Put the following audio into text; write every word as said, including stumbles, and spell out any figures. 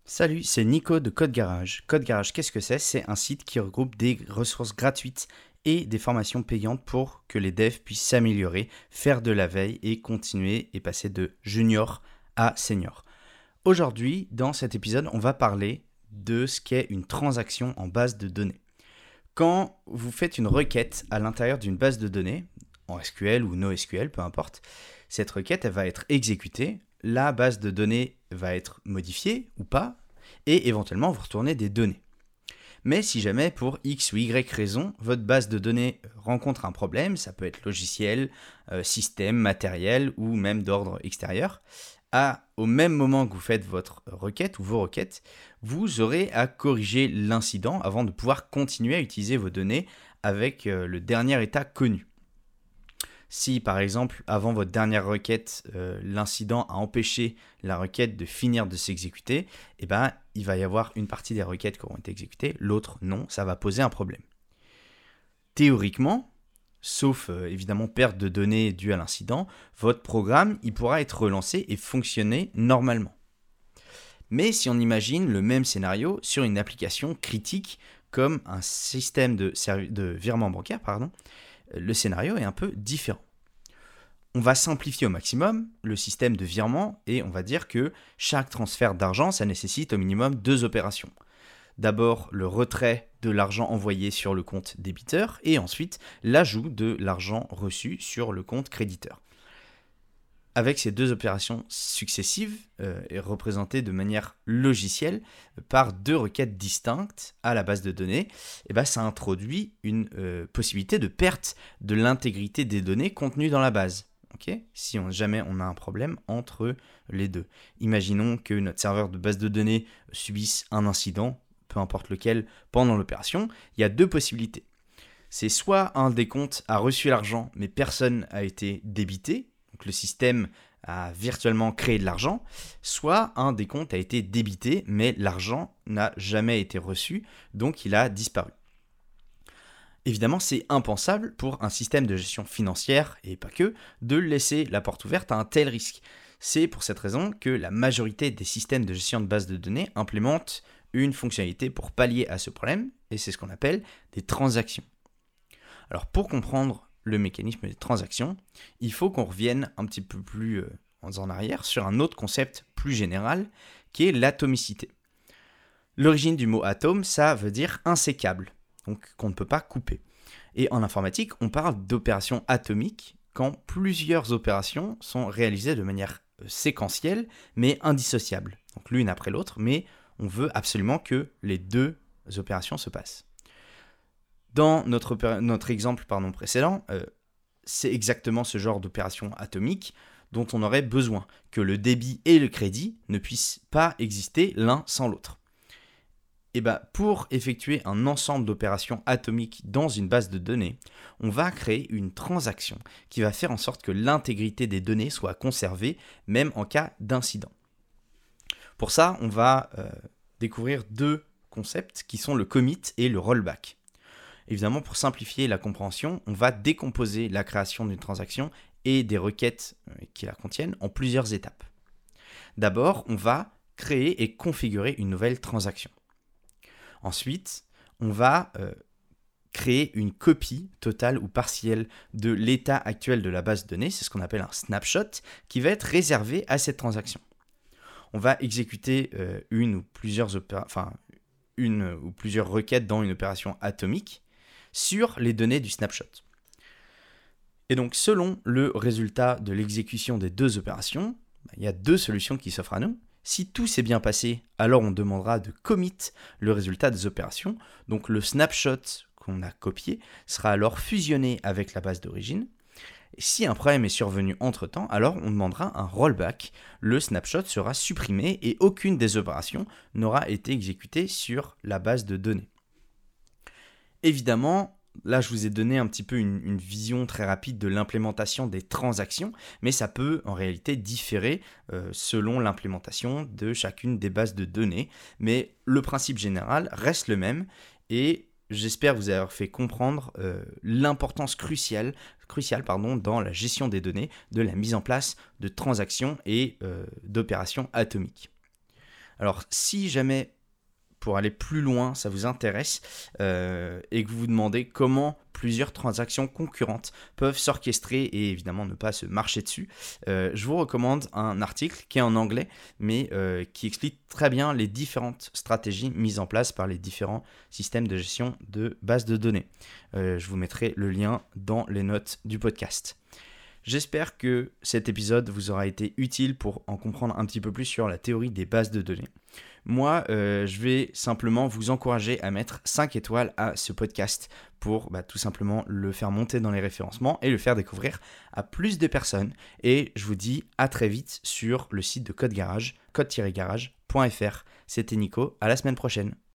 Salut, c'est Nico de Code Garage. Code Garage, qu'est-ce que c'est? C'est un site qui regroupe des ressources gratuites et des formations payantes pour que les devs puissent s'améliorer, faire de la veille et continuer et passer de junior à senior. Aujourd'hui, dans cet épisode, on va parler de ce qu'est une transaction en base de données. Quand vous faites une requête à l'intérieur d'une base de données, en S Q L ou NoSQL, peu importe, cette requête elle va être exécutée, la base de données va être modifiée ou pas, et éventuellement vous retournez des données. Mais si jamais pour X ou Y raison, votre base de données rencontre un problème, ça peut être logiciel, euh, système, matériel ou même d'ordre extérieur, à, au même moment que vous faites votre requête ou vos requêtes, vous aurez à corriger l'incident avant de pouvoir continuer à utiliser vos données avec euh, le dernier état connu. Si par exemple, avant votre dernière requête, euh, l'incident a empêché la requête de finir de s'exécuter, eh ben, il va y avoir une partie des requêtes qui auront été exécutées, l'autre non, ça va poser un problème. Théoriquement, sauf euh, évidemment perte de données due à l'incident, votre programme il pourra être relancé et fonctionner normalement. Mais si on imagine le même scénario sur une application critique comme un système de, servi- de virement bancaire, pardon, le scénario est un peu différent. On va simplifier au maximum le système de virement et on va dire que chaque transfert d'argent, ça nécessite au minimum deux opérations. D'abord, le retrait de l'argent envoyé sur le compte débiteur et ensuite l'ajout de l'argent reçu sur le compte créditeur. Avec ces deux opérations successives euh, et représentées de manière logicielle par deux requêtes distinctes à la base de données, et ben ça introduit une euh, possibilité de perte de l'intégrité des données contenues dans la base. Okay, si on, jamais on a un problème entre les deux. Imaginons que notre serveur de base de données subisse un incident, peu importe lequel, pendant l'opération. Il y a deux possibilités. C'est soit un des comptes a reçu l'argent, mais personne n'a été débité, donc le système a virtuellement créé de l'argent, soit un des comptes a été débité, mais l'argent n'a jamais été reçu, donc il a disparu. Évidemment, c'est impensable pour un système de gestion financière, et pas que, de laisser la porte ouverte à un tel risque. C'est pour cette raison que la majorité des systèmes de gestion de base de données implémentent une fonctionnalité pour pallier à ce problème, et c'est ce qu'on appelle des transactions. Alors pour comprendre le mécanisme des transactions, il faut qu'on revienne un petit peu plus euh, en arrière sur un autre concept plus général qui est l'atomicité. L'origine du mot atome, ça veut dire insécable, donc qu'on ne peut pas couper. Et en informatique, on parle d'opérations atomiques quand plusieurs opérations sont réalisées de manière séquentielle mais indissociable, donc l'une après l'autre, mais on veut absolument que les deux opérations se passent. Dans notre, notre exemple pardon, précédent, euh, c'est exactement ce genre d'opération atomique dont on aurait besoin, que le débit et le crédit ne puissent pas exister l'un sans l'autre. Et ben, pour effectuer un ensemble d'opérations atomiques dans une base de données, on va créer une transaction qui va faire en sorte que l'intégrité des données soit conservée, même en cas d'incident. Pour ça, on va euh, découvrir deux concepts qui sont le commit et le rollback. Évidemment, pour simplifier la compréhension, on va décomposer la création d'une transaction et des requêtes qui la contiennent en plusieurs étapes. D'abord, on va créer et configurer une nouvelle transaction. Ensuite, on va euh, créer une copie totale ou partielle de l'état actuel de la base de données, c'est ce qu'on appelle un snapshot, qui va être réservé à cette transaction. On va exécuter euh, une, ou plusieurs opéra- enfin, une ou plusieurs requêtes dans une opération atomique sur les données du snapshot. Et donc, selon le résultat de l'exécution des deux opérations, il y a deux solutions qui s'offrent à nous. Si tout s'est bien passé, alors on demandera de commit le résultat des opérations. Donc, le snapshot qu'on a copié sera alors fusionné avec la base d'origine. Et si un problème est survenu entre-temps, alors on demandera un rollback. Le snapshot sera supprimé et aucune des opérations n'aura été exécutée sur la base de données. Évidemment, là je vous ai donné un petit peu une, une vision très rapide de l'implémentation des transactions, mais ça peut en réalité différer euh, selon l'implémentation de chacune des bases de données. Mais le principe général reste le même et j'espère vous avoir fait comprendre euh, l'importance cruciale, cruciale pardon, dans la gestion des données, de la mise en place de transactions et euh, d'opérations atomiques. Alors si jamais, pour aller plus loin, ça vous intéresse euh, et que vous vous demandez comment plusieurs transactions concurrentes peuvent s'orchestrer et évidemment ne pas se marcher dessus, euh, je vous recommande un article qui est en anglais mais euh, qui explique très bien les différentes stratégies mises en place par les différents systèmes de gestion de bases de données. Euh, je vous mettrai le lien dans les notes du podcast. J'espère que cet épisode vous aura été utile pour en comprendre un petit peu plus sur la théorie des bases de données. Moi, euh, je vais simplement vous encourager à mettre cinq étoiles à ce podcast pour bah, tout simplement le faire monter dans les référencements et le faire découvrir à plus de personnes. Et je vous dis à très vite sur le site de Code Garage, code tiret garage point f r. C'était Nico, à la semaine prochaine.